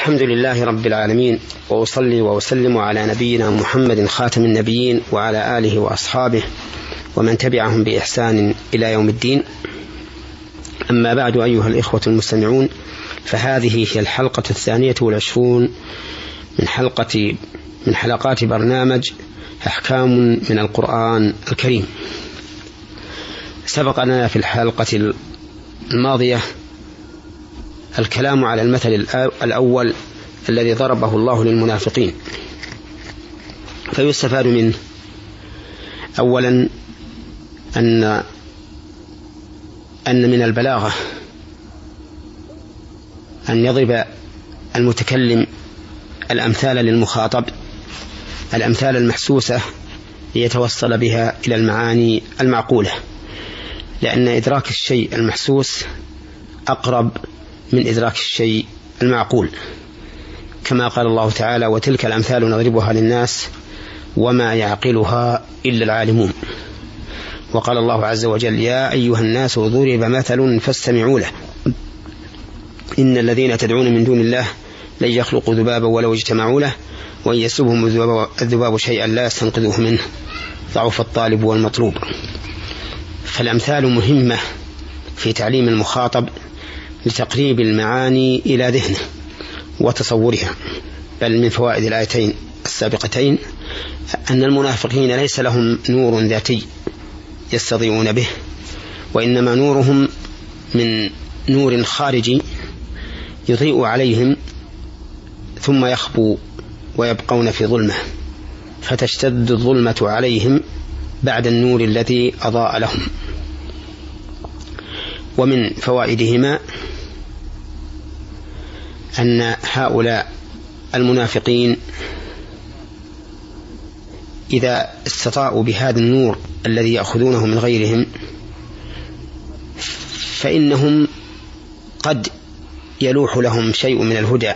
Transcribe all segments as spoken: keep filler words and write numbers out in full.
الحمد لله رب العالمين، وأصلي وأسلم على نبينا محمد خاتم النبيين وعلى آله وأصحابه ومن تبعهم بإحسان إلى يوم الدين. أما بعد، أيها الإخوة المستمعون، فهذه هي الحلقة الثانية والعشرون من حلقة من حلقات برنامج أحكام من القرآن الكريم. سبق لنا في الحلقة الماضية الكلام على المثل الأول الذي ضربه الله للمنافقين، فيستفاد منه أولا أن أن من البلاغة أن يضرب المتكلم الأمثال للمخاطب، الأمثال المحسوسة ليتوصل بها إلى المعاني المعقولة، لأن إدراك الشيء المحسوس أقرب من إدراك الشيء المعقول، كما قال الله تعالى: وتلك الأمثال نضربها للناس وما يعقلها إلا العالمون. وقال الله عز وجل: يا أيها الناس ضرب مثل فاستمعوا له إن الذين تدعون من دون الله لن يخلقوا ذبابا ولو اجتمعوا له وإن يسلبهم الذباب شيئا لا يستنقذوه منه ضعف الطالب والمطلوب. فالأمثال مهمة في تعليم المخاطب لتقريب المعاني إلى ذهنه وتصورها. بل من فوائد الآيتين السابقتين أن المنافقين ليس لهم نور ذاتي يستضيئون به، وإنما نورهم من نور خارجي يضيء عليهم ثم يخبو ويبقون في ظلمة، فتشتد الظلمة عليهم بعد النور الذي أضاء لهم. ومن فوائدهما أن هؤلاء المنافقين إذا استطاعوا بهذا النور الذي يأخذونه من غيرهم فإنهم قد يلوح لهم شيء من الهدى،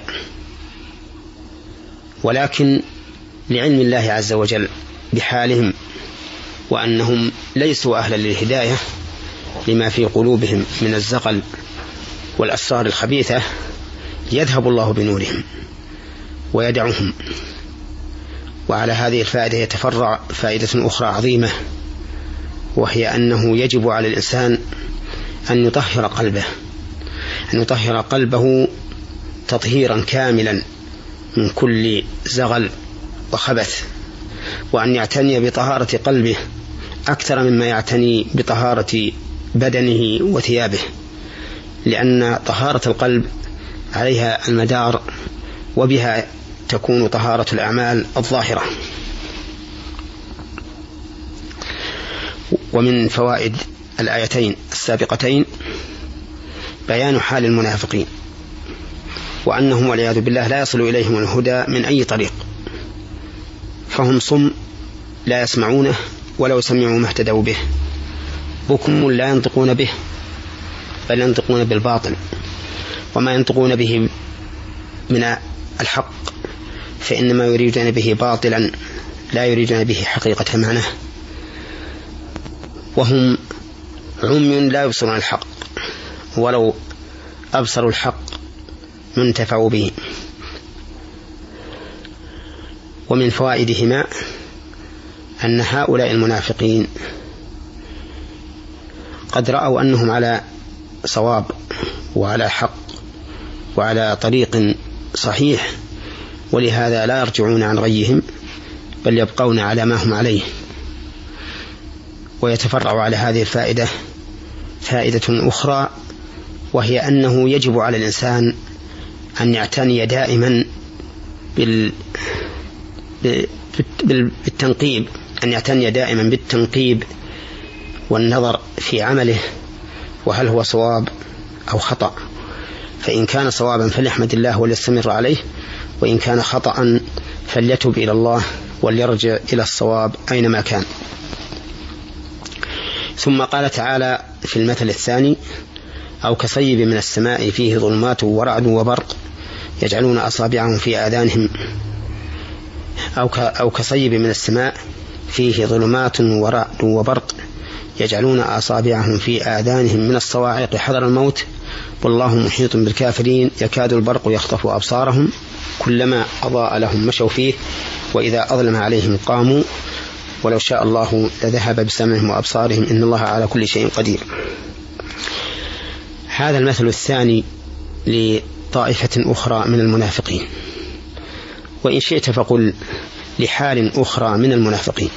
ولكن لعلم الله عز وجل بحالهم وأنهم ليسوا أهلا للهداية لما في قلوبهم من الزغل والأسرار الخبيثة، يذهب الله بنورهم ويدعهم. وعلى هذه الفائدة يتفرع فائدة أخرى عظيمة، وهي أنه يجب على الإنسان أن يطهر قلبه أن يطهر قلبه تطهيرا كاملا من كل زغل وخبث، وأن يعتني بطهارة قلبه أكثر مما يعتني بطهارة بدنه وثيابه، لأن طهارة القلب عليها المدار، وبها تكون طهارة الأعمال الظاهرة. ومن فوائد الآيتين السابقتين بيان حال المنافقين، وأنهم والعياذ بالله لا يصل إليهم الهدى من أي طريق، فهم صم لا يسمعونه ولو سمعوا ما اهتدوا به، بكم لا ينطقون به بل ينطقون بالباطل، وما ينطقون به من الحق فإنما يريدون به باطلا لا يريدون به حقيقة معناه، وهم عمي لا يبصرون الحق ولو أبصروا الحق ما انتفعوا به. ومن فوائدهما أن هؤلاء المنافقين قد رأوا أنهم على صواب وعلى حق وعلى طريق صحيح، ولهذا لا يرجعون عن غيهم بل يبقون على ما هم عليه. ويتفرع على هذه الفائدة فائدة أخرى، وهي أنه يجب على الإنسان أن يعتني دائما بال... بالتنقيب أن يعتني دائما بالتنقيب والنظر في عمله، وهل هو صواب أو خطأ، فإن كان صوابا فليحمد الله وليستمر عليه، وإن كان خطأ فليتب إلى الله وليرجع إلى الصواب أينما كان. ثم قال تعالى في المثل الثاني: أو كصيب من السماء فيه ظلمات ورعد وبرق يجعلون أصابعهم في آذانهم أو أو كصيب من السماء فيه ظلمات ورعد وبرق يجعلون أصابعهم في آذانهم من الصواعق حذر الموت والله محيط بالكافرين يكاد البرق يخطف أبصارهم كلما أضاء لهم مشوا فيه وإذا أظلم عليهم قاموا ولو شاء الله لذهب بسمعهم وأبصارهم إن الله على كل شيء قدير. هذا المثل الثاني لطائفة أخرى من المنافقين، وإن شئت فقل لحال أخرى من المنافقين.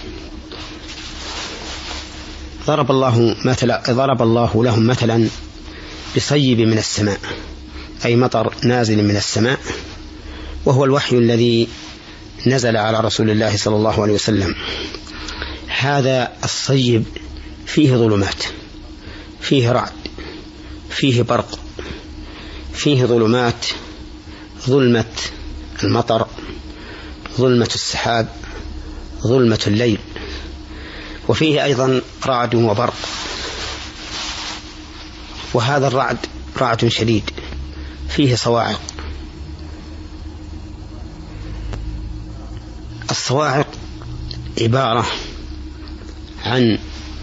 ضرب الله مثلا ضرب الله لهم مثلا بصيب من السماء، أي مطر نازل من السماء، وهو الوحي الذي نزل على رسول الله صلى الله عليه وسلم. هذا الصيب فيه ظلمات، فيه رعد، فيه برق، فيه ظلمات، ظلمة المطر، ظلمة السحاب، ظلمة الليل، وفيه أيضا رعد وبرق. وهذا الرعد رعد شديد فيه صواعق. الصواعق عبارة عن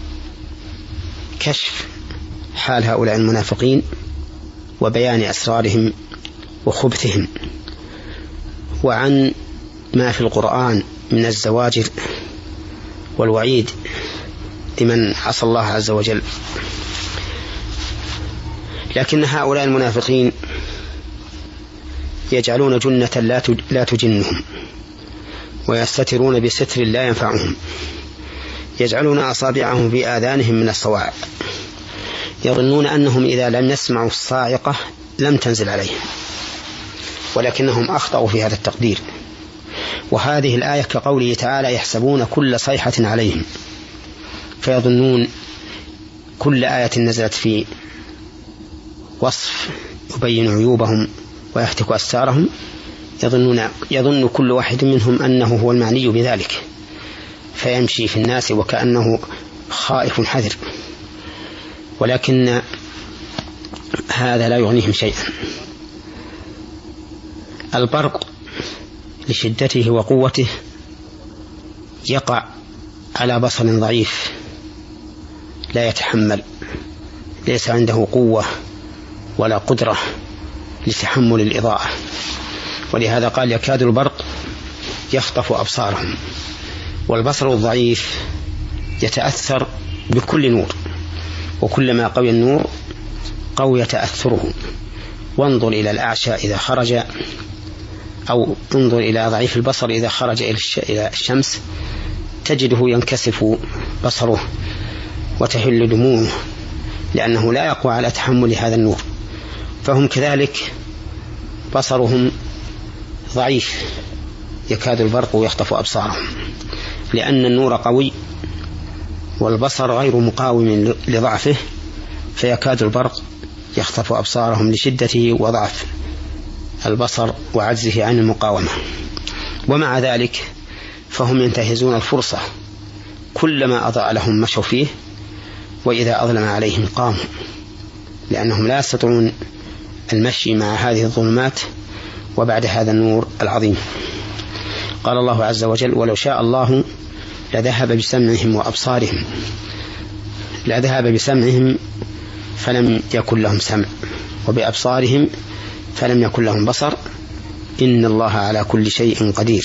كشف حال هؤلاء المنافقين وبيان أسرارهم وخبثهم، وعن ما في القرآن من الزواجر والوعيد لمن عصى الله عز وجل. لكن هؤلاء المنافقين يجعلون جنة لا تجنهم، ويستترون بستر لا ينفعهم، يجعلون أصابعهم في آذانهم من الصواعق، يظنون أنهم إذا لم يسمعوا الصاعقة لم تنزل عليهم، ولكنهم أخطأوا في هذا التقدير. وهذه الآية كقوله تعالى يحسبون كل صيحة عليهم، فيظنون كل آية نزلت في وصف يبين عيوبهم ويهتك أستارهم يظنون يظن كل واحد منهم أنه هو المعني بذلك، فيمشي في الناس وكأنه خائف حذر، ولكن هذا لا يغنيهم شيئا. البرق لشدته وقوته يقع على بصر ضعيف لا يتحمل، ليس عنده قوة ولا قدرة لتحمل الإضاءة، ولهذا قال يكاد البرق يخطف أبصارهم. والبصر الضعيف يتأثر بكل نور، وكلما قوي النور قوي تأثره. وانظر إلى الأعشى إذا خرج، أو انظر إلى ضعيف البصر إذا خرج إلى الشمس تجده ينكسف بصره وتهل دموعه، لأنه لا يقوى على تحمل هذا النور. فهم كذلك بصرهم ضعيف، يكاد البرق يخطف أبصارهم، لأن النور قوي والبصر غير مقاوم لضعفه، فيكاد البرق يخطف أبصارهم لشدته وضعف البصر وعجزه عن المقاومة. ومع ذلك فهم ينتهزون الفرصة، كلما أضاء لهم مشوا فيه وإذا أظلم عليهم قاموا، لأنهم لا يستطيعون المشي مع هذه الظلمات وبعد هذا النور العظيم. قال الله عز وجل ولو شاء الله لذهب بسمعهم وأبصارهم. لا ذهب بسمعهم فلم يكن لهم سمع، وبأبصارهم فلم يكن لهم بصر، إن الله على كل شيء قدير.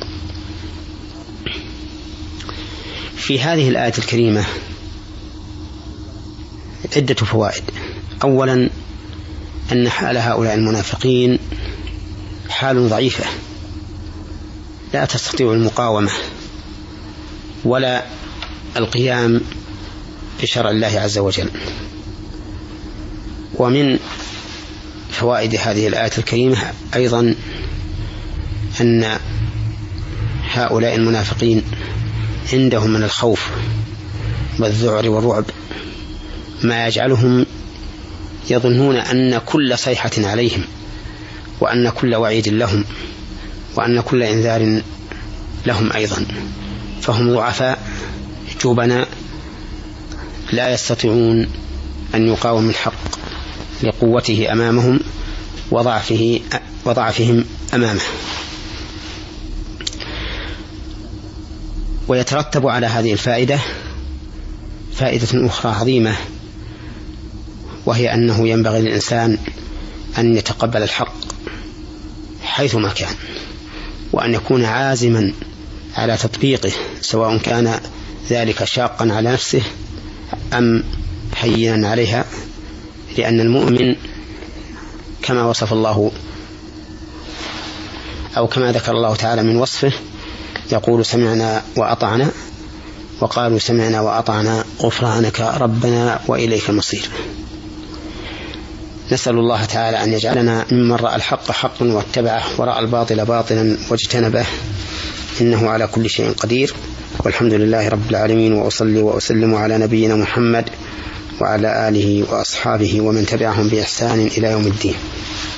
في هذه الآية الكريمة عدة فوائد. أولا أن حال هؤلاء المنافقين حال ضعيفة لا تستطيع المقاومة ولا القيام بشرع الله عز وجل. ومن فوائد هذه الآية الكريمة أيضا أن هؤلاء المنافقين عندهم من الخوف والذعر والرعب ما يجعلهم يظنون أن كل صيحة عليهم، وأن كل وعيد لهم، وأن كل إنذار لهم أيضا. فهم ضعفاء جبناء لا يستطيعون أن يقاوموا الحق لقوته أمامهم وضعفه وضعفهم أمامه. ويترتب على هذه الفائدة فائدة أخرى عظيمة، وهي أنه ينبغي للإنسان أن يتقبل الحق حيثما كان، وأن يكون عازما على تطبيقه، سواء كان ذلك شاقا على نفسه أم هينا عليها، لأن المؤمن كما وصف الله أو كما ذكر الله تعالى من وصفه يقول سمعنا وأطعنا، وقالوا سمعنا وأطعنا غفرانك ربنا وإليك المصير. نسأل الله تعالى أن يجعلنا ممن رأى الحق حقا واتبعه، ورأى الباطل باطلا واجتنبه، إنه على كل شيء قدير. والحمد لله رب العالمين، وأصلي وأسلم على نبينا محمد وعلى آله وأصحابه ومن تبعهم بإحسان إلى يوم الدين.